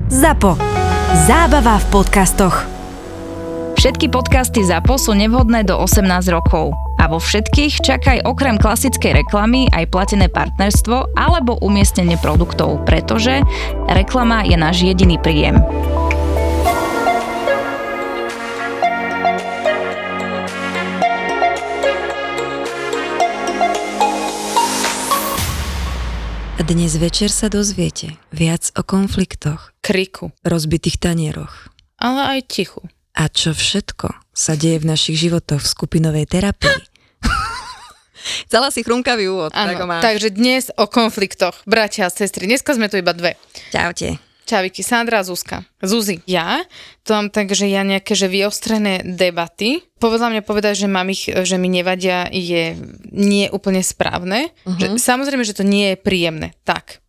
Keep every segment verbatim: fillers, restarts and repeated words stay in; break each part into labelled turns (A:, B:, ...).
A: Zapo. Zábava v podcastoch.
B: Všetky podcasty Zapo sú nevhodné do osemnásť rokov. A vo všetkých čakaj okrem klasickej reklamy aj platené partnerstvo alebo umiestnenie produktov, pretože reklama je náš jediný príjem.
A: Dnes večer sa dozviete viac o konfliktoch,
C: kriku,
A: rozbitých tanieroch,
C: ale aj tichu.
A: A čo všetko sa deje v našich životoch v skupinovej terapii. Chcela si chrumkavý úvod.
C: Áno, takže dnes o konfliktoch. Bratia a sestry, dneska sme tu iba dve.
A: Čaute.
C: Čavíky, Sandra a Zuzka. Zuzi, ja to mám tak, že ja nejaké že vyostrené debaty, povedala mňa povedať, že mám ich, že mi nevadia, je nie úplne správne. Uh-huh. Že, samozrejme, že to nie je príjemné. Tak.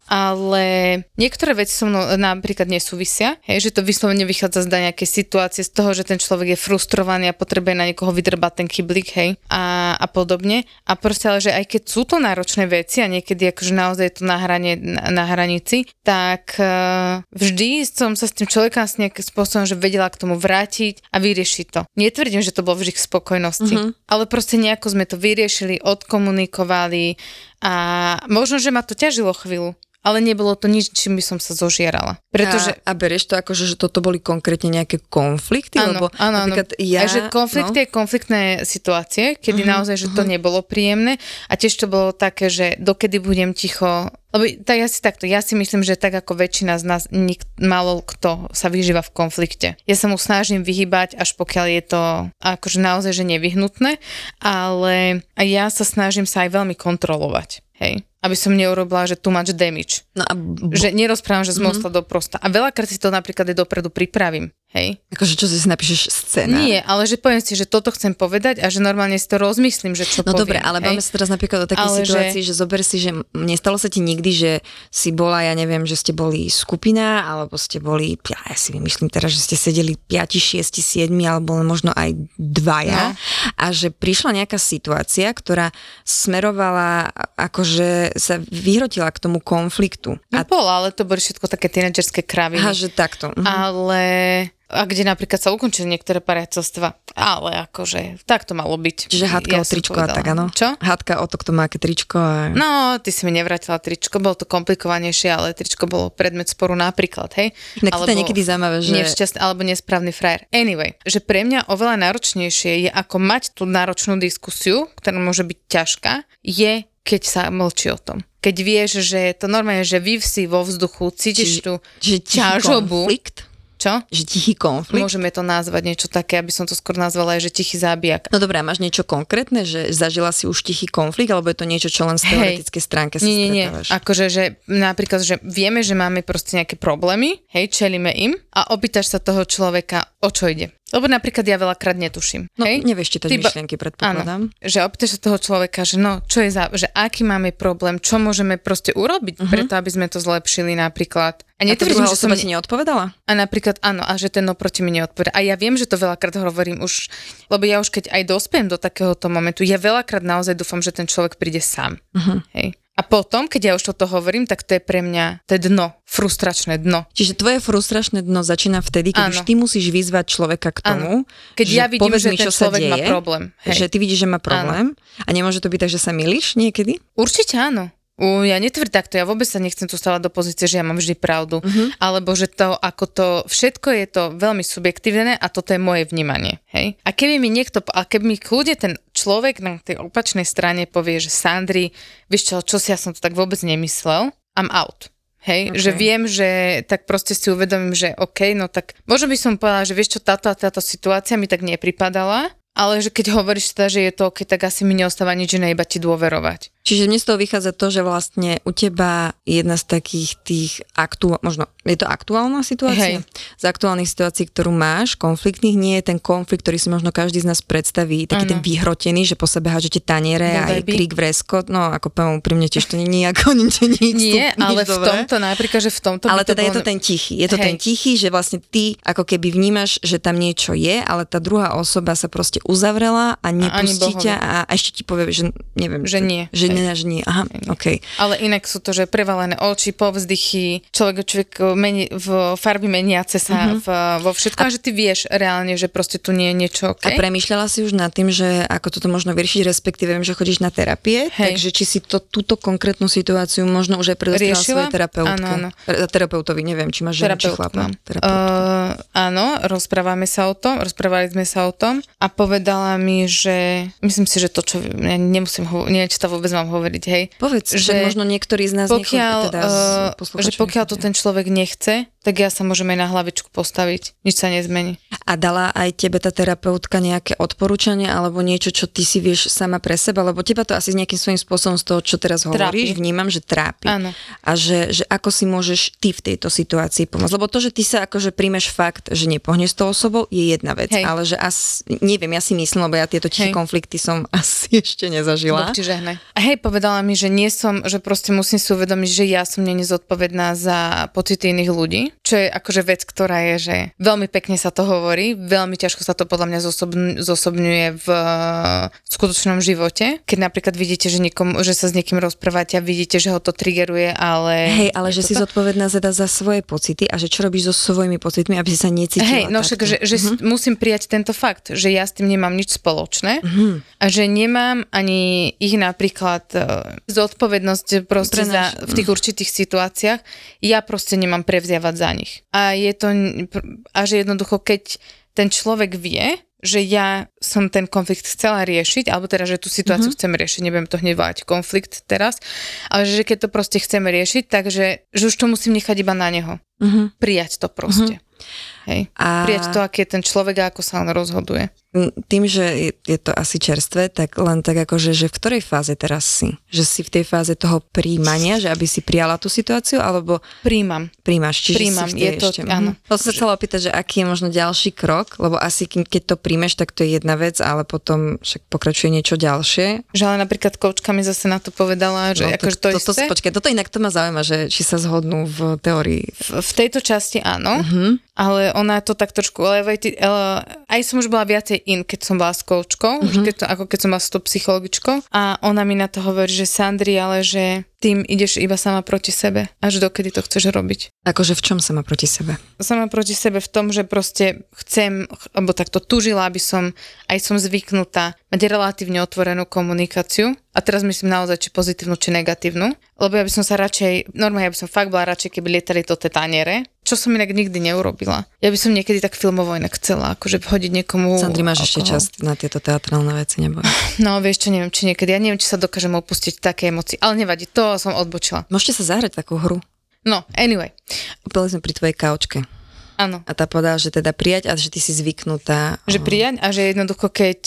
C: Ale niektoré veci so mnou napríklad nesúvisia, hej, že to vyslovene vychádza z nejakej situácie, z toho, že ten človek je frustrovaný a potrebuje na niekoho vydrbať ten kyblík, hej, a, a podobne. A proste, ale že aj keď sú to náročné veci a niekedy akože naozaj je to na, hrane, na, na hranici, tak uh, vždy som sa s tým človekom s nejakým spôsobom, že vedela k tomu vrátiť a vyriešiť to. Netvrdím, že to bolo vždy k spokojnosti, uh-huh. ale proste nejako sme to vyriešili, odkomunikovali a možno, že ma to ťažilo chvíľu. Ale nebolo to nič, čím by som sa zožierala. Pretože...
A: A, a bereš to ako, že toto boli konkrétne nejaké konflikty?
C: Áno,
A: lebo
C: áno, áno.
A: Ja,
C: že konflikty, no? konfliktné situácie, kedy uh-huh, naozaj, že uh-huh. to nebolo príjemné a tiež to bolo také, že dokedy budem ticho. Lebo tak ja si takto, ja si myslím, že tak ako väčšina z nás, nik, málo kto sa vyžíva v konflikte. Ja sa mu snažím vyhýbať, až pokiaľ je to akože naozaj, že nevyhnutné, ale ja sa snažím sa aj veľmi kontrolovať. Hej, aby som neurobila, že too much damage. No a b- že nerozprávam, že z mosta mm-hmm. do prosta. A veľakrát si to napríklad aj dopredu pripravím. Hej.
A: Akože čo si napíšeš scéna?
C: Nie, ale že poviem si, že toto chcem povedať a že normálne si to rozmyslím, že čo
A: no
C: poviem.
A: No dobre, ale máme sa teraz napríklad o takej ale situácii, že... že zober si, že nestalo sa ti nikdy, že si bola, ja neviem, že ste boli skupina, alebo ste boli, ja, ja si vymyslím teraz, že ste sedeli päť, šesť, sedem, alebo možno aj dvaja. No. A že prišla nejaká situácia, ktorá smerovala, akože sa vyhrotila k tomu konfliktu.
C: No a... bola, ale to boli všetko také tínedžerské kraviny.
A: Aha, že takto. Mhm.
C: Ale... A kde napríklad sa ukončili niektoré priateľstva. Ale akože, tak to malo byť.
A: Čiže hádka ja o tričko a tak, áno?
C: Čo?
A: Hádka o to, kto má aké tričko. A...
C: No, ty si mi nevrátila tričko, bolo to komplikovanejšie, ale tričko bolo predmet sporu napríklad, hej?
A: Tak to je niekedy zaujímavé, že...
C: Nešťastný, alebo nesprávny frajer. Anyway, že pre mňa oveľa náročnejšie je ako mať tú náročnú diskusiu, ktorá môže byť ťažká, je keď sa mlčí o tom. Keď vieš, že to normálne, že vyvsí vo vzduchu, cítiš tú ťažobu.
A: Konflikt?
C: Čo?
A: Že tichý konflikt?
C: Môžeme to nazvať niečo také, aby som to skôr nazvala, že tichý zábijak.
A: No dobré, a máš niečo konkrétne, že zažila si už tichý konflikt, alebo je to niečo, čo len z teoretickej stránke sa
C: nie, nie,
A: stretávaš?
C: Nie, akože, že napríklad, že vieme, že máme proste nejaké problémy, hej, čelíme im a opýtaš sa toho človeka, o čo ide. Lebo napríklad ja veľakrát netuším.
A: No,
C: hej?
A: nevieš čítať
C: Tyba,
A: myšlienky, predpokladám.
C: Áno, že opýtaš sa toho človeka, že no, čo je za, že aký máme problém, čo môžeme proste urobiť, uh-huh. preto aby sme to zlepšili napríklad. A,
A: a tá druhá osoba ti neodpovedala?
C: A napríklad áno, a že ten oproti mi neodpovedá. A ja viem, že to veľakrát hovorím už, lebo ja už keď aj dospiem do takéhoto momentu, ja veľakrát naozaj dúfam, že ten človek príde sám. Uh-huh. Hej. A potom, keď ja už toto hovorím, tak to je pre mňa to je dno, frustračné dno.
A: Čiže tvoje frustračné dno začína vtedy, keď ano. Už ty musíš vyzvať človeka k tomu, ano.
C: Keď
A: že
C: ja vidím, že
A: mi,
C: ten človek deje, má problém. Hej.
A: Že ty vidíš, že má problém ano. A nemôže to byť tak, že sa milíš niekedy?
C: Určite áno. U, ja netvrdím takto, ja vôbec sa nechcem tu stávať do pozície, že ja mám vždy pravdu, uh-huh. alebo že to, ako to, všetko je to veľmi subjektívne a toto je moje vnímanie, hej. A keby mi niekto, a keby mi kľudne ten človek na tej opačnej strane povie, že Sandri, vieš čo, čo si ja som to tak vôbec nemyslel, I'm out. Hej, okay. Že viem, že tak proste si uvedomím, že OK, no tak možno by som povedala, že vieš čo, táto a táto situácia mi tak nepripadala, ale že keď hovoríš teda, že je to OK, tak asi mi neostáva nič iné, iba ti dôverovať.
A: Čiže mne z toho vychádza to, že vlastne u teba jedna z takých tých aktuál, možno je to aktuálna situácia? Hej. Z aktuálnych situácií, ktorú máš, konfliktných, nie je ten konflikt, ktorý si možno každý z nás predstaví, taký ano. Ten vyhrotený, že po sebe hážete taniere no, a je krík vreskot, no ako poviem úprimne, tiež to nie je ako nič, nič.
C: Nie, nič ale dobré. V tomto napríklad, že v tomto...
A: Ale teda
C: to
A: bol... je to ten tichý, je to Hej. ten tichý, že vlastne ty ako keby vnímaš, že tam niečo je, ale tá druhá osoba sa proste uzavrela a nepustí ťa a ešte ti povie, že neviem,
C: že nie.
A: Že Uvoľnená, že nie. Aha, okej. Okay.
C: Ale inak sú to, že prevalené oči, povzdychy, človek, človek meni, v farby meniace sa uh-huh. v, vo všetkom, a že ty vieš reálne, že proste tu nie je niečo okay.
A: A premýšľala si už nad tým, že ako toto možno vyriešiť, respektíve viem, že chodíš na terapie, hej. Takže či si to, túto konkrétnu situáciu možno už aj predostrela svojej terapeutke.
C: Áno, áno.
A: Terapeutovi, neviem, či máš žena, či chlapa.
C: Uh, áno, rozprávame sa o tom, rozprávali sme sa o tom a povedala mi, že myslím si, že to, čo ja nemusím hovoriť, neviem, či to vôbec mám hovoriť, hej.
A: Povedz, že možno niektorí z nás
C: pokiaľ,
A: nechod, teda
C: uh, že pokiaľ to ten človek nechce, tak ja sa môžem aj na hlavičku postaviť. Nič sa nezmení.
A: A dala aj tebe tá terapeutka nejaké odporúčanie alebo niečo, čo ty si vieš sama pre seba, lebo teba to asi nejakým svojím spôsobom z toho, čo teraz hovoríš, trápi. Vnímam, že trápi.
C: Áno.
A: A že, že ako si môžeš ty v tejto situácii pomôcť. Lebo to, že ty sa akože príjmeš fakt, že nepohneš s tou osobou, je jedna vec. Hej. Ale že asi, neviem, ja si myslím, lebo ja tieto tiché konflikty som asi ešte nezažila.
C: Boh ti žehnaj. A hej, povedala mi, že nie som, že proste musím si uvedomiť, že ja som nie zodpovedná za pocity iných ľudí, čo je akože vec, ktorá je, že veľmi pekne sa to hovorí, veľmi ťažko sa to podľa mňa zosobn- zosobňuje v skutočnom živote. Keď napríklad vidíte, že, niekom, že sa s niekým rozprávate a vidíte, že ho to triggeruje, ale...
A: Hej, ale že si to... zodpovedná teda za svoje pocity a že čo robíš so svojimi pocitmi, aby si sa necítila.
C: Hej, no však, že, že uh-huh. musím prijať tento fakt, že ja s tým nemám nič spoločné uh-huh. a že nemám ani ich napríklad uh, zodpovednosť proste za, v tých určitých situáciách. Ja proste nemám prevziavať za nich. A je to, a že jednoducho, keď ten človek vie, že ja som ten konflikt chcela riešiť, alebo teda, že tú situáciu uh-huh. chcem riešiť, nebudem to hneď volať konflikt teraz, ale že keď to proste chceme riešiť, takže že už to musím nechať iba na neho. Uh-huh. Prijať to proste. Uh-huh. Hej. A... Prijať to, aký je ten človek a ako sa on rozhoduje.
A: Tým, že je, je to asi čerstvé, tak len tak akože, že v ktorej fáze teraz si? Že si v tej fáze toho príjmania, že aby si prijala tú situáciu, alebo...
C: Príjmam.
A: Príjmaš, čiže
C: Príjmam,
A: si v tej
C: je to,
A: ešte...
C: áno.
A: To som sa chcela opýtať, že aký je možno ďalší krok, lebo asi keď to príjmeš, tak to je jedna vec, ale potom však pokračuje niečo ďalšie.
C: Že ale napríklad koučka mi zase na to povedala, že no, akože to, to, to isté.
A: Počkaj, toto inak to ma zaujíma, že či sa zhodnú v teórii.
C: V, v tejto časti áno, uh-huh. ale ona to tak trošku elevated, ele, aj som už bola viacej in, keď som bola s koučkou, uh-huh. keď to, ako keď som bola s tou psychologičkou a ona mi na to hovorí, že Sandri, ale že tým ideš iba sama proti sebe. Až dokedy to chceš robiť.
A: Akože v čom sama proti sebe?
C: Sama proti sebe v tom, že proste chcem, alebo takto túžila, aby som, aj som zvyknutá mať relatívne otvorenú komunikáciu. A teraz myslím naozaj, či pozitívnu, či negatívnu. Lebo ja by som sa radšej, normálne ja by som fakt bola radšej, keby lietali to taniere, čo som inak nikdy neurobila. Ja by som niekedy tak filmovo inak chcela, akože vhodiť niekomu...
A: Sandri, máš ešte čas na tieto teatrálne veci, neboj.
C: No, vieš čo, neviem, či niekedy, ja neviem, či sa dokážem opustiť také emócie, ale nevadí, to som odbočila.
A: Môžete sa zahrať takú hru.
C: No, anyway.
A: Boli sme pri tvojej kaučke.
C: Áno.
A: A tá povedala, že teda prijať a že ty si zvyknutá.
C: Že prijať a že jednoducho, keď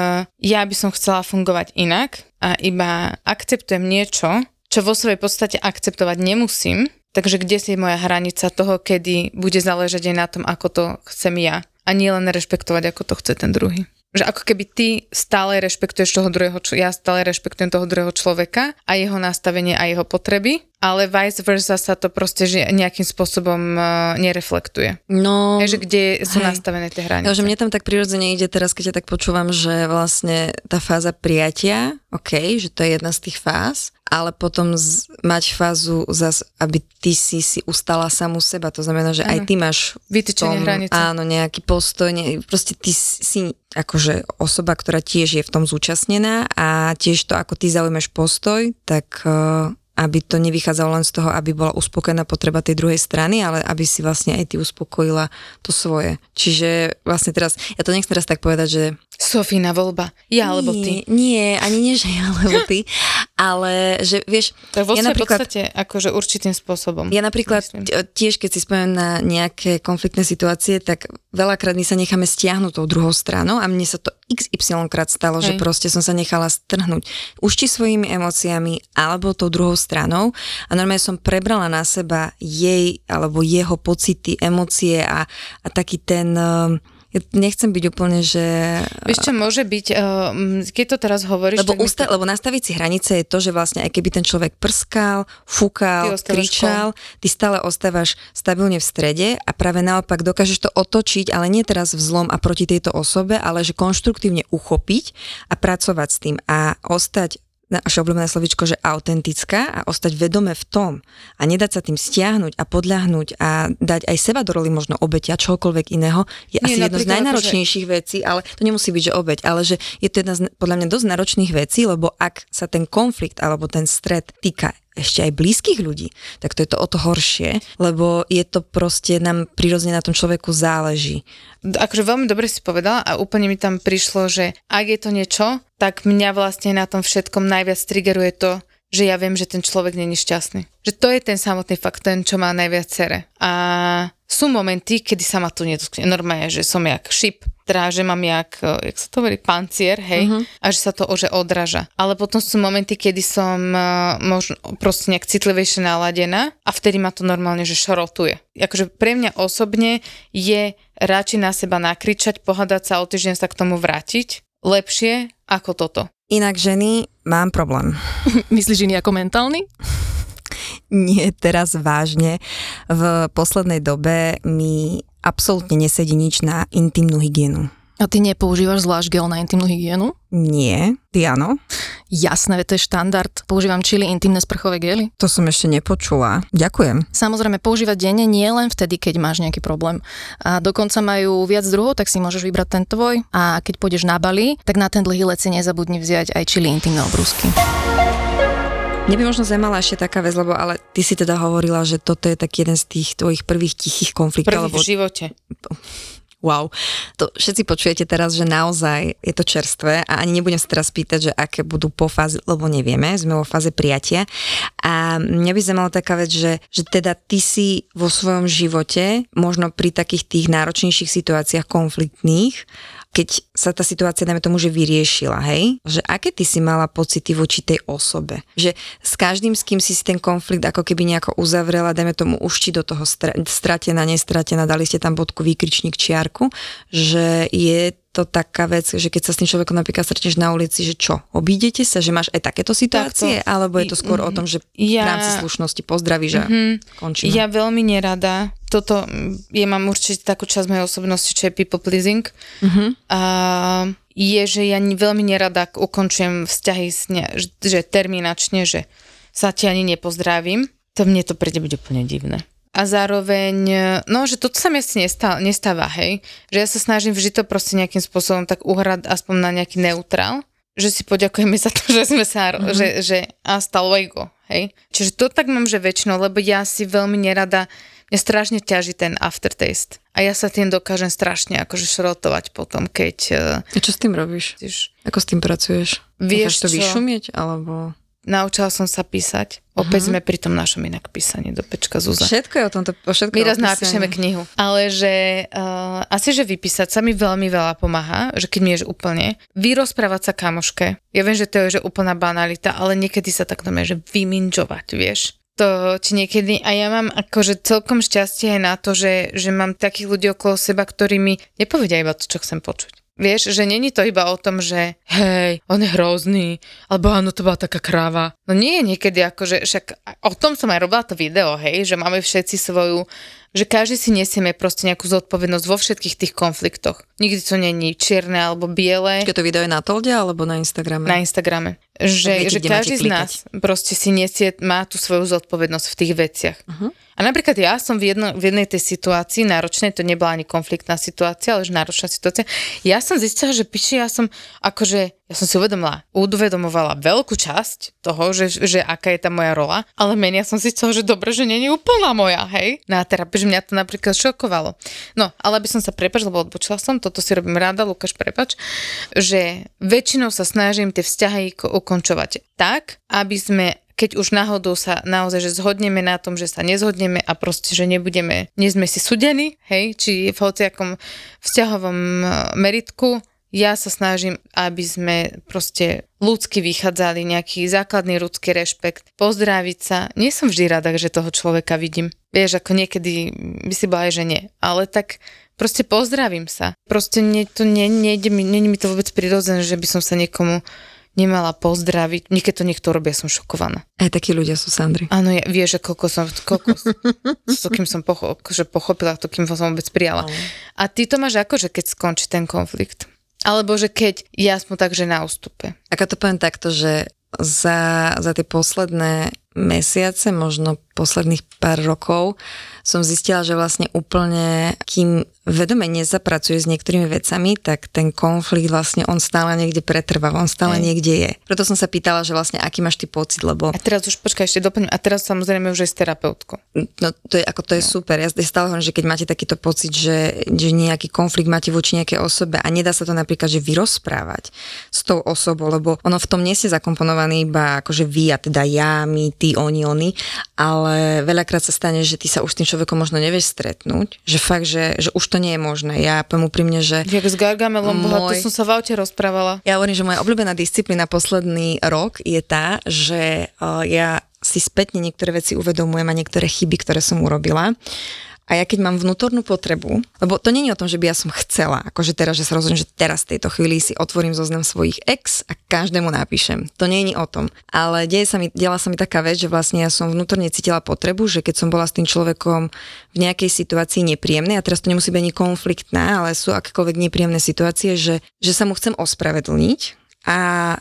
C: ja by som chcela fungovať inak a iba akceptujem niečo, čo vo svojej podstate akceptovať nemusím, takže kde si je moja hranica toho, kedy bude záležať aj na tom, ako to chcem ja. A nie len rešpektovať, ako to chce ten druhý. Že ako keby ty stále rešpektuješ toho druhého, ja stále rešpektujem toho druhého človeka a jeho nastavenie a jeho potreby, ale vice versa sa to proste že nejakým spôsobom uh, nereflektuje.
A: No,
C: je, že kde sú hej. nastavené tie hranice.
A: Ja, že mne tam tak prirodzene ide teraz, keď ja tak počúvam, že vlastne tá fáza prijatia, ok, že to je jedna z tých fáz, ale potom z, mať fázu zas, aby ty si si ustala samú seba. To znamená, že ano. Aj ty máš
C: vytýčenie hranice.
A: Áno, nejaký postoj, ne, proste ty si akože osoba, ktorá tiež je v tom zúčastnená a tiež to, ako ty zaujímaš postoj, tak uh, aby to nevychádzalo len z toho, aby bola uspokojená potreba tej druhej strany, ale aby si vlastne aj ty uspokojila to svoje. Čiže vlastne teraz, ja to nechcem teraz tak povedať, že
C: Sofína voľba. Ja alebo ty?
A: Nie, ani nie, že ja alebo ty, ale že vieš...
C: Tak vo ja napríklad, podstate akože určitým spôsobom.
A: Ja napríklad myslím. Tiež, keď si spomínam na nejaké konfliktné situácie, tak veľakrát my sa necháme stiahnuť tou druhou stranou a mne sa to iks ypsilon krát stalo, hej. Že proste som sa nechala strhnúť už či svojimi emóciami alebo tou druhou stranou a normálne som prebrala na seba jej alebo jeho pocity, emócie a, a taký ten... Ja nechcem byť úplne, že...
C: Vieš čo, môže byť, keď to teraz hovoríš...
A: Lebo, usta- to... lebo nastaviť si hranice je to, že vlastne aj keby ten človek prskal, fúkal, kričal, ty stále ostávaš stabilne v strede a práve naopak dokážeš to otočiť, ale nie teraz v zlom a proti tejto osobe, ale že konštruktívne uchopiť a pracovať s tým a ostať naše obľúbené slovíčko, že autentická a ostať vedome v tom a nedať sa tým stiahnuť a podľahnúť a dať aj seba do roli možno obeťa čokoľvek iného je Nie, asi jedno z najnáročnejších akože... vecí, ale to nemusí byť, že obeť, ale že je to jedna z podľa mňa dosť náročných vecí, lebo ak sa ten konflikt alebo ten stret týka ešte aj blízkych ľudí, tak to je to o to horšie, lebo je to proste, nám prirodzene na tom človeku záleží.
C: Akože veľmi dobre si povedala a úplne mi tam prišlo, že ak je to niečo, tak mňa vlastne na tom všetkom najviac triggeruje to, že ja viem, že ten človek není šťastný. Že to je ten samotný fakt, ten, čo má najviac cere. A sú momenty, kedy sa ma to nedotkne. Normálne, že som jak šip, teda, že mám jak, jak sa to hovorí, pancier, hej, uh-huh. a že sa to že odráža. Ale potom sú momenty, kedy som uh, možno proste nejak citlivejšie naladená a vtedy ma to normálne, že šrotuje. Akože pre mňa osobne je radšej na seba nakričať, pohádať sa, o týždeň sa k tomu vrátiť, lepšie ako toto.
A: Inak ženy, mám problém.
B: Myslíš ženy ako mentálny?
A: Nie, teraz vážne. V poslednej dobe mi absolútne nesedí nič na intimnú hygienu.
B: A ty nepoužívaš zvlášť gel na intimnú hygienu?
A: Nie, ty áno?
B: Jasné, to je štandard. Používam čili intimné sprchové gely.
A: To som ešte nepočula. Ďakujem.
B: Samozrejme, používať denne nie len vtedy, keď máš nejaký problém. A dokonca majú viac druhov, tak si môžeš vybrať ten tvoj. A keď pôjdeš na Bali, tak na ten dlhý let si nezabudni vziať aj čili intimné obrúsky.
A: Mne by možno zaujímala ešte taká vec, lebo ale ty si teda hovorila, že toto je taký jeden z tých tvojich prvých tichých konfliktov.
C: Prvý v živote.
A: Wow, to všetci počujete teraz, že naozaj je to čerstvé a ani nebudem sa teraz pýtať, že aké budú po fáze, lebo nevieme, sme vo fáze prijatia. A mňa by zaujímala taká vec, že, že teda ty si vo svojom živote, možno pri takých tých náročnejších situáciách konfliktných, keď sa tá situácia, dajme tomu, že vyriešila, hej? Že aké ty si mala pocity voči tej osobe? Že s každým, s kým si si ten konflikt ako keby nejako uzavrela, dajme tomu už či do toho stratená, nestratená, dali ste tam bodku, výkričník, čiarku, že je to taká vec, že keď sa s tým človekom napríklad stretneš na ulici, že čo, obídete sa, že máš aj takéto situácie? Takto. Alebo je to skôr mm-hmm. o tom, že ja, v rámci slušnosti pozdravíš a mm-hmm. končíme?
C: Ja veľmi nerada. Toto, ja mám určite takú časť mojej osobnosti, čo je people pleasing. Mm-hmm. A je, že ja veľmi nerada ukončujem vzťahy, že terminačne, že sa ti ani nepozdravím. To mne to príde byť úplne divné. A zároveň, no, že toto sa mi asi nestáva, nestáva, hej. Že ja sa snažím vždy to proste nejakým spôsobom tak uhrať aspoň na nejaký neutrál, že si poďakujeme za to, že sme sa, mm-hmm. že, že hasta luego, hej. Čiže to tak mám, že väčšinou, lebo ja si veľmi nerada, mňa strašne ťaží ten aftertaste. A ja sa tým dokážem strašne akože šrotovať potom, keď...
A: A čo s tým robíš? Tiež, ako s tým pracuješ?
C: Vieš
A: to vyšumieť, alebo...
C: Naučila som sa písať. Opäť uh-huh. sme pri tom našom inak písaní do Pečka Zúza.
A: Všetko je o tomto, o všetko
C: My raz napíšeme knihu. Ale že uh, asi, že vypísať sa mi veľmi veľa pomáha, že keď mi ješ úplne, vyrozprávať sa kamoške. Ja viem, že to je že úplná banalita, ale niekedy sa tak nomé, že vyminžovať, vieš. To či niekedy, a ja mám akože celkom šťastie aj na to, že, že mám takých ľudí okolo seba, ktorí mi nepovedia iba to, čo chcem počuť. Vieš, že není to iba o tom, že hej, on je hrozný, alebo áno, to bola taká kráva. No nie je niekedy akože, však o tom som aj robila to video, hej, že máme všetci svoju, že každý si nesieme proste nejakú zodpovednosť vo všetkých tých konfliktoch. Nikdy to není čierne alebo biele.
A: Čiže to video je na Tolde alebo na Instagrame?
C: Na Instagrame. Že, viete, že každý z nás proste si nesie, má tú svoju zodpovednosť v tých veciach. Uh-huh. A napríklad ja som v, jedno, v jednej tej situácii náročnej, to nebola ani konfliktná situácia, ale že náročná situácia. Ja som zistila, že piči, ja som akože, ja som si uvedomila, uvedomovala veľkú časť toho, že, že aká je tá moja rola, ale menia som si toho, že dobre, že nie je úplná moja, hej. Na terapii, že mňa to napríklad šokovalo. No, ale aby som sa prepač, lebo odbočila som, toto si robím rada, Lukáš, prepač, že väčšinou sa snažím tie vzťahy ukončovať tak, aby sme, keď už náhodou sa naozaj, že zhodneme na tom, že sa nezhodneme a proste, že nebudeme, nie sme si súdení, hej, či v hociakom vzťahovom meritku, ja sa snažím, aby sme proste ľudsky vychádzali, nejaký základný ľudský rešpekt, pozdraviť sa. Nie som vždy rada, že toho človeka vidím. Vieš, ako niekedy by si bola aj, že nie, ale tak proste pozdravím sa. Proste nie, to nie, nejde mi, nie je mi to vôbec prirodzené, že by som sa niekomu nemala pozdraviť. Niekedy to niekto robí, ja som šokovaná.
A: Aj takí ľudia sú, Sandri.
C: Áno, ja, vieš, že koľko som, koľko, to, kým som pocho, že pochopila, to kým som vôbec prijala. No. A ty to máš ako, že keď skončí ten konflikt? Alebo že keď ja som tak, že na ústupe.
A: Ako to poviem takto, že za, za tie posledné mesiace, možno posledných pár rokov som zistila, že vlastne úplne, kým vedome nezapracuje s niektorými vecami, tak ten konflikt vlastne on stále niekde pretrváva, on stále Hej. niekde je. Preto som sa pýtala, že vlastne aký máš ty pocit, lebo...
C: A teraz už počkaj, ešte doplním, a teraz samozrejme už aj s terapeutkou.
A: No to je, ako to je no. super, ja stále hovorím, že keď máte takýto pocit, že, že nejaký konflikt máte voči nejakej osobe a nedá sa to napríklad, že vyrozprávať s tou osobou, lebo ono v tom nie ste zakomponovaní iba akože vy a teda ja, my, ty, oni, oni, ale veľakrát sa stane, že ty sa už s tým človekom možno nevieš stretnúť, že fakt, že, že už to nie je možné. Ja poviem úprimne, že...
C: Jak s Gargamelom, môj... boha, to som sa v aute rozprávala.
A: Ja hovorím, že moja obľúbená disciplína posledný rok je tá, že uh, ja si spätne niektoré veci uvedomujem a niektoré chyby, ktoré som urobila. A ja keď mám vnútornú potrebu, lebo to nie je o tom, že by ja som chcela, akože teraz, že sa rozhodnem, že teraz v tejto chvíli si otvorím zoznam svojich ex a každému napíšem. To nie je o tom. Ale deje sa mi, diela sa mi taká vec, že vlastne ja som vnútorne cítila potrebu, že keď som bola s tým človekom v nejakej situácii nepríjemnej, a teraz to nemusí byť ani konfliktná, ale sú akékoľvek nepríjemné situácie, že, že sa mu chcem ospravedlniť a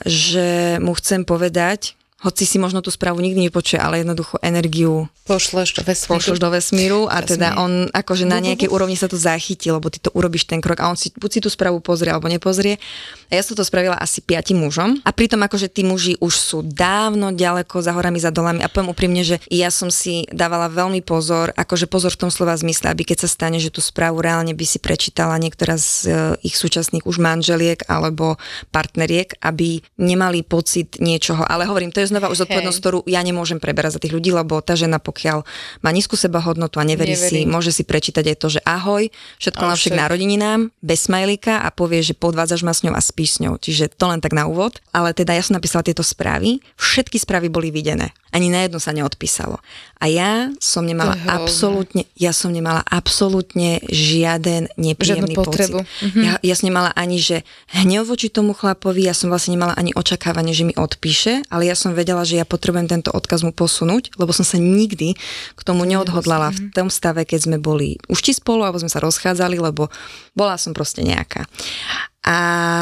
A: že mu chcem povedať, hoci si možno tú správu nikdy nepočuje, ale jednoducho energiu
C: pošleš do vesmíru,
A: pošleš do vesmíru a teda on akože na nejakej úrovni sa to zachytí, lebo ty to urobíš ten krok a on si buď si tú správu pozrie alebo nepozrie. A ja som to spravila asi piatim mužom a pritom akože tí muži už sú dávno ďaleko za horami, za dolami a poviem úprimne, že ja som si dávala veľmi pozor, akože pozor v tom slova zmysle, aby keď sa stane, že tú správu reálne by si prečítala niektorá z ich súčasných už manželiek alebo partneriek, aby nemali pocit niečoho, ale hovorím, to je znova už zodpovednosť, ktorú ja nemôžem preberať za tých ľudí, lebo tá žena, pokiaľ má nízku sebahodnotu a neverí Neverím. si, môže si prečítať aj to, že ahoj, všetko najlepšie k narodeninám, bez smajlíka a povie, že podvádzaš ma s ňou a spíš s ňou. Čiže to len tak na úvod. Ale teda ja som napísala tieto správy, všetky správy boli videné. Ani na jednu sa neodpísalo. A ja som nemala absolútne, ja som nemala absolútne žiaden nepríjemný pocit. Mhm. Ja, ja som nemala ani, že hnev voči tomu chlapovi, ja som vlastne nemala ani očakávanie, že mi odpíše, ale ja som vedela, že ja potrebujem tento odkaz mu posunúť, lebo som sa nikdy k tomu neodhodlala v tom stave, keď sme boli už či spolu, alebo sme sa rozchádzali, lebo bola som proste nejaká. A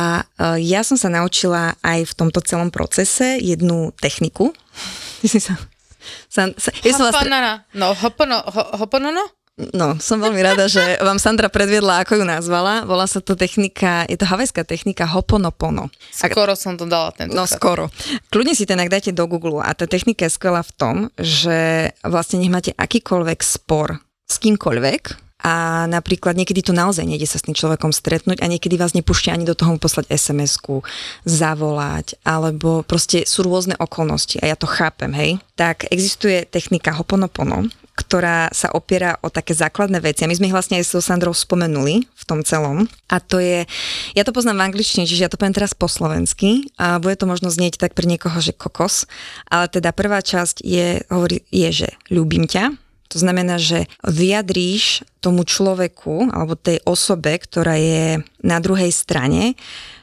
A: ja som sa naučila aj v tomto celom procese jednu techniku. Sa, sa, sa, ja som vás...
C: No, hopono, ho, hoponono?
A: No, som veľmi rada, že vám Sandra predviedla, ako ju nazvala. Volá sa to technika, je to havajská technika Hoponopono.
C: Skoro som to dala tento
A: No, skoro. Kľudne si to inak dajte do Google a tá technika je skvelá v tom, že vlastne nech máte akýkoľvek spor s kýmkoľvek, a napríklad niekedy to naozaj nejde sa s tým človekom stretnúť a niekedy vás nepúšťa ani do toho poslať es em esku, zavolať, alebo proste sú rôzne okolnosti a ja to chápem, hej. Tak existuje technika Hoponopono, ktorá sa opiera o také základné veci a my sme ich vlastne aj s Sandrou spomenuli v tom celom a to je, ja to poznám v angličtine, čiže ja to poviem teraz po slovensky a bude to možno znieť tak pre niekoho, že kokos, ale teda prvá časť je, hovorí, je, že ľúbim ťa. To znamená, že vyjadríš tomu človeku alebo tej osobe, ktorá je na druhej strane,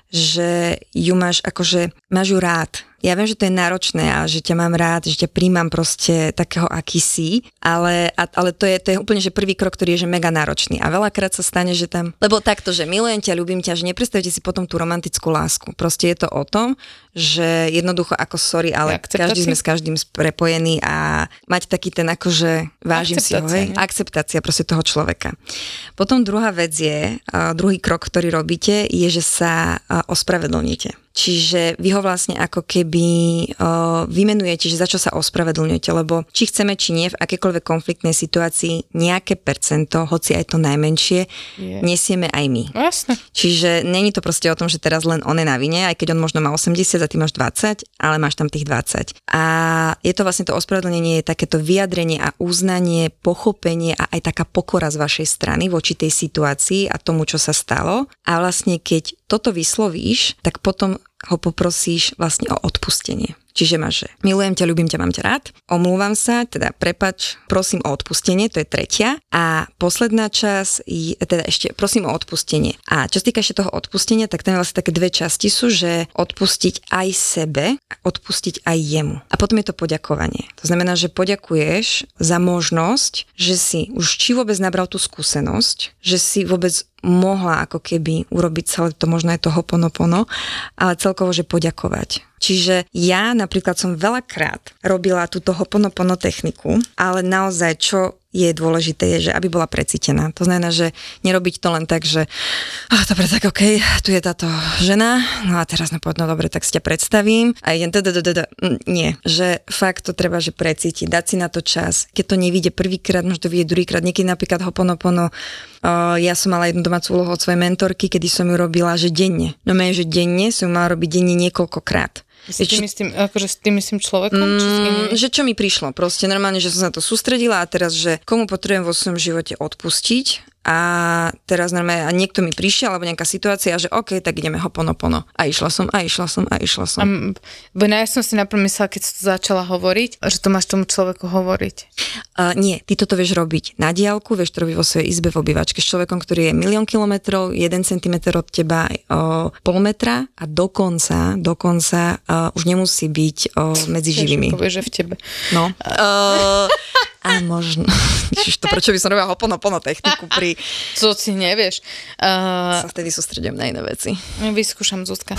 A: že ju máš akože, máš ju rád. Ja viem, že to je náročné a že ťa mám rád, že ťa príjmam proste takého, aký si, ale, a, ale to, je, to je úplne že prvý krok, ktorý je že mega náročný. A veľakrát sa stane, že tam, lebo takto, že milujem ťa, ľúbim ťa, že nepredstavte si potom tú romantickú lásku. Proste je to o tom, že jednoducho ako sorry, ale každý sme s každým prepojení a mať taký ten akože vážim si ho, hej, akceptácia proste toho človeka. Potom druhá vec je, druhý krok, ktorý robíte, je, že sa ospravedlníte. Čiže vy ho vlastne ako keby uh, vymenujete, že za čo sa ospravedlňujete, lebo či chceme, či nie, v akékoľvek konfliktnej situácii nejaké percento, hoci aj to najmenšie, yeah. nesieme aj my.
C: Jasne.
A: Čiže není to proste o tom, že teraz len on je na vine, aj keď on možno má osemdesiat a ty máš dvadsať, ale máš tam tých dvadsať. A je to vlastne to ospravedlnenie, je takéto vyjadrenie a uznanie, pochopenie a aj taká pokora z vašej strany voči tej situácii a tomu, čo sa stalo. A vlastne keď toto vyslovíš, tak potom ho poprosíš vlastne o odpustenie. Čiže máš, že milujem ťa, ľúbim ťa, mám ťa rád, omlúvam sa, teda prepač, prosím o odpustenie, to je tretia. A posledná časť, teda ešte prosím o odpustenie. A čo sa týka ešte toho odpustenia, tak tam vlastne také dve časti sú, že odpustiť aj sebe a odpustiť aj jemu. A potom je to poďakovanie. To znamená, že poďakuješ za možnosť, že si už či vôbec nabral tú skúsenosť, že si vôbec mohla ako keby urobiť celé to, možno aj to hoponopono, ale celkovo, že poďakovať. Čiže ja napríklad som veľakrát robila túto hoponopono techniku, ale naozaj čo je dôležité, je, že aby bola precítená. To znamená, že nerobiť to len tak, že oh, dobre, tak okej, okay, tu je táto žena, no a teraz no poď, no dobre, tak si ťa predstavím a idem, nie, že fakt to treba, že precítiť, dať si na to čas. Keď to nevíde prvýkrát, možno to vyjde druhýkrát, niekedy napríklad hoponopono, uh, ja som mala jednu domácu úlohu od svojej mentorky, kedy som ju robila, že denne. No mene, že denne som ju mala robiť denne niekoľkokrát.
C: S tým, s tým, akože s tým myslím človekom? Mm, či s iným?
A: Že čo mi prišlo, proste normálne, že som sa to sústredila a teraz, že komu potrebujem vo svojom živote odpustiť a teraz normálne, a niekto mi prišiel, alebo nejaká situácia, že OK, tak ideme hoponopono. A išla som, a išla som, a išla som.
C: Bo ja som si najprv myslela, keď si to začala hovoriť, že to máš tomu človeku hovoriť.
A: Uh, nie, ty toto vieš robiť na diaľku, vieš to robiť vo svojej izbe v obývačke s človekom, ktorý je milión kilometrov, jeden centimeter od teba, uh, pol metra a dokonca, dokonca uh, už nemusí byť uh, medzi živými.
C: Povieš, že v tebe.
A: No. Uh, a možno. Ježiš, to prečo by som robila hoponopono techniku pri...
C: Co si nevieš.
A: Uh... Sa vtedy sústredím na iné veci.
C: Vyskúšam, Zuzka.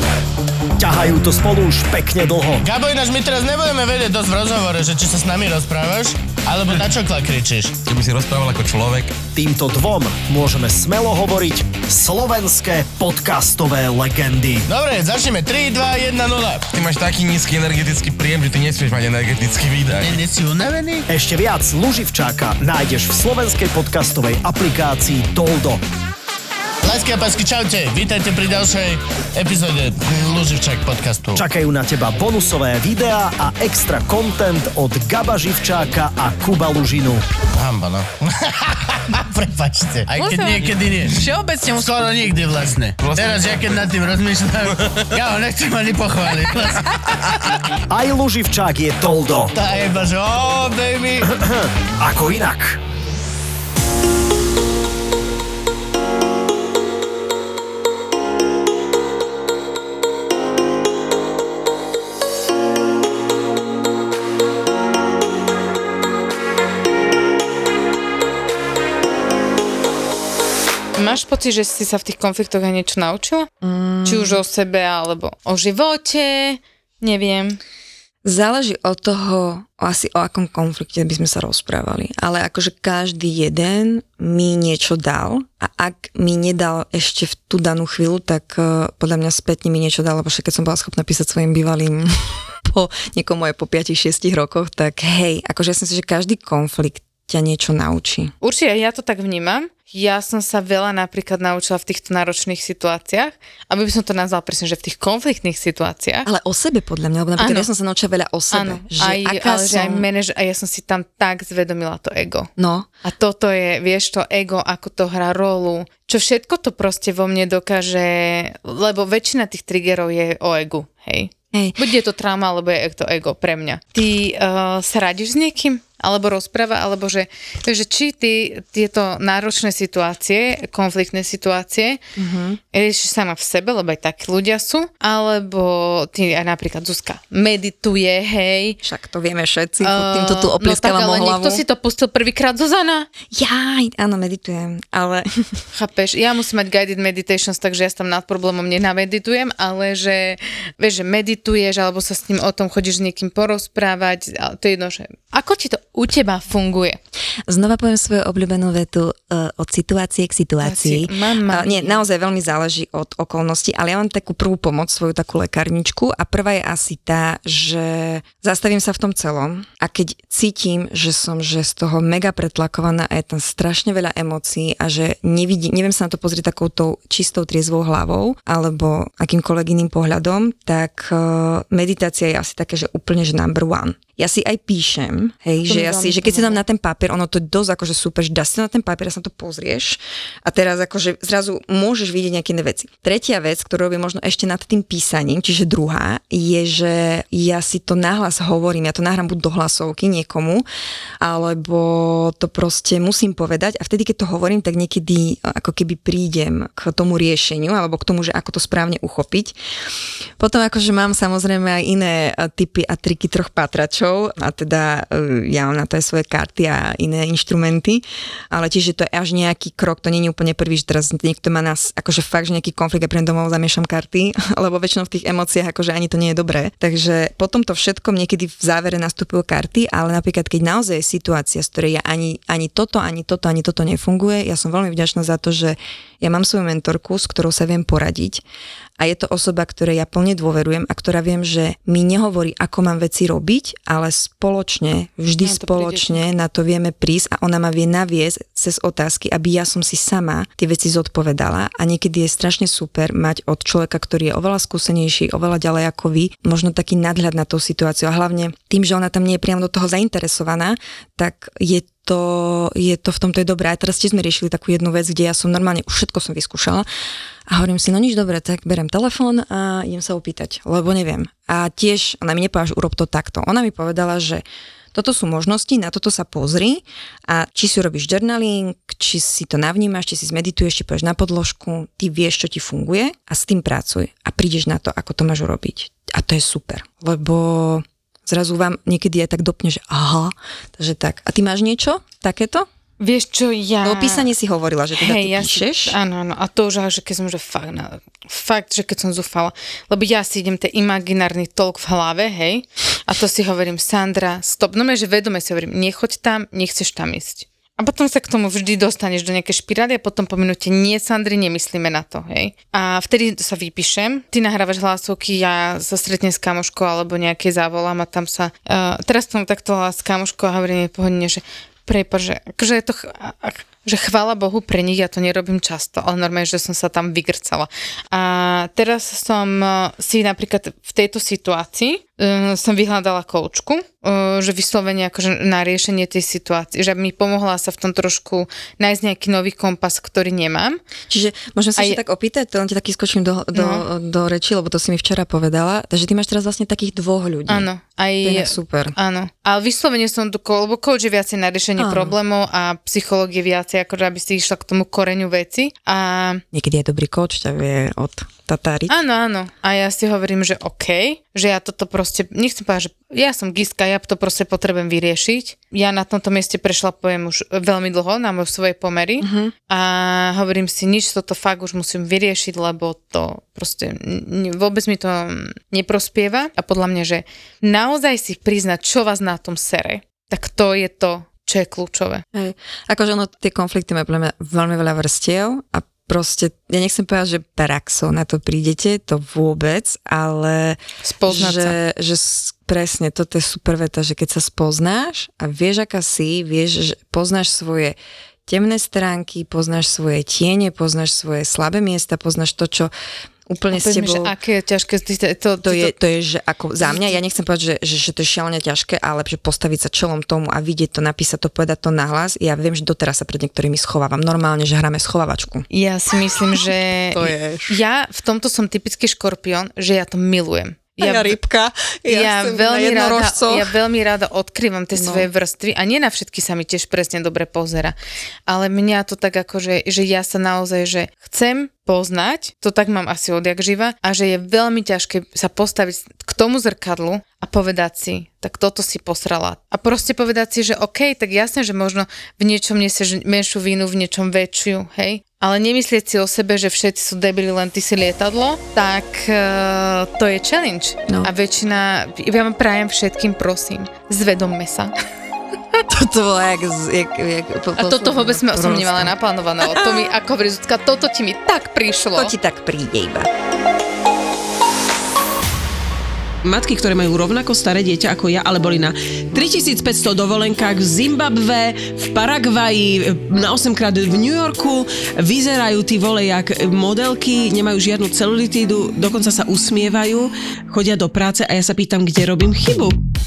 D: Ťahajú to spolu už pekne dlho.
E: Gabo, ináč my teraz nebudeme vedieť dosť v rozhovore, že či sa s nami rozprávaš, alebo na čokla kričíš.
F: Keby si rozprával ako človek.
D: Týmto dvom môžeme smelo hovoriť slovenské podcastové legendy.
E: Dobre, začneme. tri, dva, jeden, nula.
F: Ty máš taký nízky energetický príjem, že ty nesmieš mať energetický výdaj.
E: Nie, nie si unavený?
D: Ešte viac Luživčáka nájdeš v slovenskej podcastovej aplikácii Toldo.
E: Lásky a pásky, čaute. Vítajte pri ďalšej epizóde Luživčák podcastu.
D: Čakajú na teba bonusové videá a extra content od Gaba Živčáka a Kuba Lužinu.
E: Hamba, no. Prepačte. Aj keď niekedy nie.
C: Všeobecne musím...
E: Skoro nikdy vlastne. vlastne. Teraz ja keď nad tým rozmýšľam, ja ho nechcem ani pochváliť. Vlastne.
D: Aj Luživčák je Toldo.
E: Tá je iba, že oh, baby.
D: Ako inak.
C: Máš pocit, že si sa v tých konfliktoch aj niečo naučila? Mm. Či už o sebe, alebo o živote? Neviem.
A: Záleží od toho, asi o akom konflikte by sme sa rozprávali. Ale akože každý jeden mi niečo dal a ak mi nedal ešte v tú danú chvíľu, tak uh, podľa mňa spätne mi niečo dal, lebo však keď som bola schopná písať svojim bývalým po niekomu aj po päť šesť rokoch, tak hej, akože ja si myslím, že každý konflikt ťa niečo naučí.
C: Určite, ja to tak vnímam. Ja som sa veľa napríklad naučila v týchto náročných situáciách, aby by som to nazvala presne, že v tých konfliktných situáciách.
A: Ale o sebe podľa mňa, lebo napríklad ano. Ja som sa naučila veľa o sebe.
C: Áno, že aj, aká ale som... že aj manažer, a ja som si tam tak zvedomila to ego.
A: No.
C: A toto je, vieš, to ego, ako to hrá rolu, čo všetko to proste vo mne dokáže, lebo väčšina tých triggerov je o egu, hej.
A: Hej.
C: Buď je to trauma, alebo je to ego pre mňa. Ty uh, sa radíš s niekým? Alebo rozpráva, alebo že, že či ty tieto náročné situácie, konfliktné situácie uh-huh. riešiš sama v sebe, lebo aj takí ľudia sú, alebo ty aj napríklad Zuzka medituje, hej.
A: Však to vieme všetci, uh, týmto tu oplieskávam
C: no,
A: o hlavu.
C: Ale niekto si to pustil prvýkrát, Zuzana?
A: Jaj, áno, meditujem, ale...
C: Chápeš, ja musím mať guided meditations, takže ja tam nad problémom nenameditujem, ale že, vieš, že medituješ, alebo sa s ním o tom chodíš s niekým porozprávať, to je jedno, že ako ti to u teba funguje?
A: Znova poviem svoju obľúbenú vetu uh, od situácie k situácii. Uh, nie, naozaj veľmi záleží od okolností, ale ja mám takú prvú pomoc, svoju takú lekárničku a prvá je asi tá, že zastavím sa v tom celom a keď cítim, že som že z toho mega pretlakovaná a je tam strašne veľa emócií a že nevidím, neviem sa na to pozrieť takouto čistou triezvou hlavou alebo akýmkoľvek iným pohľadom, tak uh, meditácia je asi také, že úplne že number one. Ja si aj píšem, hej, že ja si, že keď si dám na ten papier, ono to je dosť akože super, že dáš si na ten papier a sa to pozrieš a teraz akože zrazu môžeš vidieť nejaké iné veci. Tretia vec, ktorú robím možno ešte nad tým písaním, čiže druhá, je, že ja si to nahlas hovorím, ja to nahrám buď do hlasovky niekomu, alebo to proste musím povedať a vtedy, keď to hovorím, tak niekedy ako keby prídem k tomu riešeniu, alebo k tomu, že ako to správne uchopiť. Potom akože mám samozrejme aj iné tipy a triky troch pátračov, rokov a teda ja mám na to aj svoje karty a iné inštrumenty, ale tiež je to až nejaký krok, to nie je úplne prvý, že teraz niekto má nás, akože fakt, že nejaký konflikt a prídem domov, zamiešam karty, lebo väčšinou v tých emóciách akože ani to nie je dobré. Takže potom to všetkom niekedy v závere nastupujú karty, ale napríklad keď naozaj je situácia, z ktorej ja ani, ani toto, ani toto, ani toto nefunguje, ja som veľmi vďačná za to, že ja mám svoju mentorku, s ktorou sa viem poradiť. A je to osoba, ktorej ja plne dôverujem a ktorá viem, že mi nehovorí, ako mám veci robiť, ale spoločne, vždy na spoločne prídeš. Na to vieme prísť a ona ma vie naviesť cez otázky, aby ja som si sama tie veci zodpovedala. A niekedy je strašne super mať od človeka, ktorý je oveľa skúsenejší, oveľa ďalej ako vy, možno taký nadhľad na tú situáciu. A hlavne tým, že ona tam nie je priamo do toho zainteresovaná, tak je to, je to v tomto je dobré. A teraz tiež sme riešili takú jednu vec, kde ja som normálne už všetko som vyskúšala a hovorím si, no nič dobre, tak berem telefón a idem sa opýtať, lebo neviem. A tiež ona mi nepovedala, že urob to takto. Ona mi povedala, že toto sú možnosti, na toto sa pozri a či si robíš journaling, či si to navnímaš, či si zmedituješ, či pôjdeš na podložku, ty vieš, čo ti funguje a s tým pracuj a prídeš na to, ako to máš urobiť. A to je super, lebo zrazu vám niekedy aj tak dopne, že aha, takže tak. A ty máš niečo takéto?
C: Vieš čo, ja...
A: No písanie si hovorila, že teda hey, ty ja píšeš.
C: Si, áno, áno. A to už, že keď som, že fakt, no, fakt, že keď som zúfala. Lebo ja si idem ten imaginárny talk v hlave, hej. A to si hovorím, Sandra, stop. No že vedome si hovorím, nechoď tam, nechceš tam ísť. A potom sa k tomu vždy dostaneš do nejakej špirály a potom po minúte, nie, Sandri, nemyslíme na to, hej. A vtedy sa vypíšem, ty nahrávaš hlasovky, ja sa stretnem s kamoškou alebo nejaké zavolám a tam sa... Uh, teraz som takto s kamoškou a hovorím pohodne, že prepáč, že, akože je to, že chvála Bohu pre nich, ja to nerobím často, ale normálne, že som sa tam vygrcala. A teraz som si napríklad v tejto situácii uh, som vyhľadala koučku, uh, že vyslovene akože na riešenie tej situácie, že mi pomohla sa v tom trošku nájsť nejaký nový kompas, ktorý nemám.
A: Čiže môžem sa ešte je... tak opýtať, to len ti taký skočím do, do, no. do reči, lebo to si mi včera povedala, takže ty máš teraz vlastne takých dvoch ľudí.
C: Áno. Aj,
A: to je super.
C: Áno. Ale vyslovene som tu, lebo coach je viacej na riešenie áno. problémov a psychológ je viacej, akože aby si išla k tomu koreňu veci. A...
A: Niekedy je dobrý coach, ťa vie od tatáriť.
C: Áno, áno. A ja si hovorím, že OK, že ja toto proste, nechcem povedať, že ja som Giska, ja to proste potrebujem vyriešiť. Ja na tomto mieste prešlapujem už veľmi dlho na moje svoje pomery uh-huh. a hovorím si, nič toto fakt už musím vyriešiť, lebo to proste n- vôbec mi to neprospieva a podľa mňa, že naozaj si priznať, čo vás na tom sere, tak to je to, čo je kľúčové. Hej.
A: Akože ono, tie konflikty majú pre mňa veľmi veľa vrstiev a proste, ja nechcem povedať, že praxou na to prídete, to vôbec, ale
C: spoznať
A: že,
C: sa.
A: že presne, toto je super veta, že keď sa spoznáš a vieš, aká si, vieš, že poznáš svoje temné stránky, poznáš svoje tiene, poznáš svoje slabé miesta, poznáš to, čo úplne s tebou...
C: Mi, že aké je ťažké... To, to,
A: to, je, to je, že ako za mňa, ja nechcem povedať, že, že, že to je šialene ťažké, ale že postaviť sa čelom tomu a vidieť to, napísať to, povedať to nahlas. Ja viem, že doteraz sa pred niektorými schovávam. Normálne, že hráme schovávačku.
C: Ja si myslím, že...
A: to je...
C: Ja v tomto som typický škorpión, že ja to milujem.
A: Ja, ja rybka, ja,
C: ja, veľmi rada, ja veľmi rada odkrývam tie no. svoje vrstvy a nie na všetky sa mi tiež presne dobre pozera. Ale mňa to tak ako, že, že ja sa naozaj, že chcem poznať, to tak mám asi odjak živa a že je veľmi ťažké sa postaviť k tomu zrkadlu a povedať si, tak toto si posrala. A proste povedať si, že OK, tak jasne, že možno v niečom nesieš menšiu vínu, v niečom väčšiu, hej? Ale nemyslieť si o sebe, že všetci sú debili, len ty si lietadlo, tak uh, to je challenge. No. A väčšina, ja vám prajem všetkým, prosím, zvedomme sa.
A: Toto bolo jak... jak, jak po,
C: a toto vôbec som nemala naplánované. To mi, ako hovorí Zuzka, toto ti mi tak prišlo.
A: To ti tak príde iba.
G: Matky, ktoré majú rovnako staré dieťa ako ja, ale boli na tritisícpäťsto dovolenkách v Zimbabve, v Paraguaji, na osemkrát v New Yorku, vyzerajú tí vole jak modelky, nemajú žiadnu celulitídu, dokonca sa usmievajú, chodia do práce a ja sa pýtam, kde robím chybu.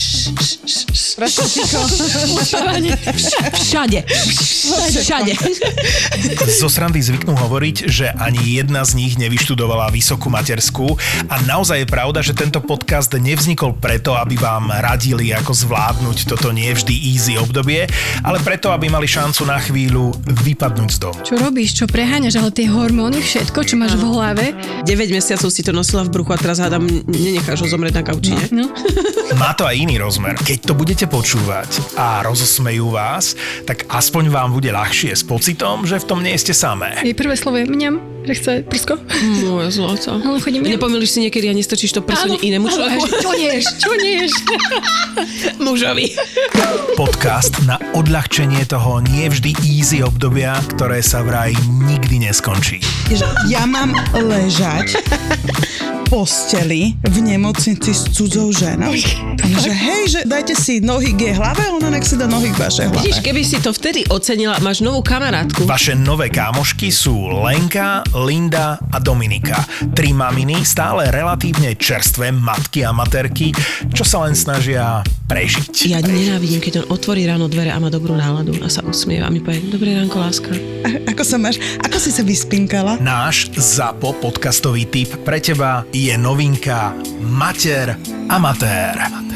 G: Všade. Všade.
H: Zo srandy zvyknú hovoriť, že ani jedna z nich nevyštudovala vysokú materskú a naozaj je pravda, že tento podcast podcast nevznikol preto, aby vám radili, ako zvládnuť toto nie vždy easy obdobie, ale preto, aby mali šancu na chvíľu vypadnúť z domu.
I: Čo robíš, čo preháňaš, ale tie hormóny, všetko, čo máš v hlave.
G: deväť mesiacov si to nosila v bruchu a teraz hádam, nenecháš ho zomrieť na kauči, ne?
I: No.
H: Má to aj iný rozmer. Keď to budete počúvať a rozosmejú vás, tak aspoň vám bude ľahšie s pocitom, že v tom nie ste samé.
I: Jej prvé slovo je mňam, že chce prsko.
G: Moje zlato.
I: Ale chodím mňam.
G: Nepomýliš si niekedy a nestrčíš to prso inému človeku?
I: Čo neš, čo neš?
G: Mužovi.
H: Podcast na odľahčenie toho nie vždy easy obdobia, ktoré sa vraj nikdy neskončí.
J: Ja mám ležať posteli v nemocnici s cudzou ženou. Že hej, že dajte si nohy k jej hlave, ona nech si dá nohy k vašej hlave.
G: Vidíš, keby si to vtedy ocenila, máš novú kamarátku.
H: Vaše nové kámošky sú Lenka, Linda a Dominika. Tri maminy, stále relatívne čerstvé matky a materky, čo sa len snažia prežiť.
G: Ja nenávidím, keď on otvorí ráno dvere a má dobrú náladu a sa usmieva a mi povie, dobré ránko, láska.
J: A- ako sa máš? Ako si sa vyspinkala?
H: Náš ZAPO podcastový tip pre teba je novinka Mater amatér.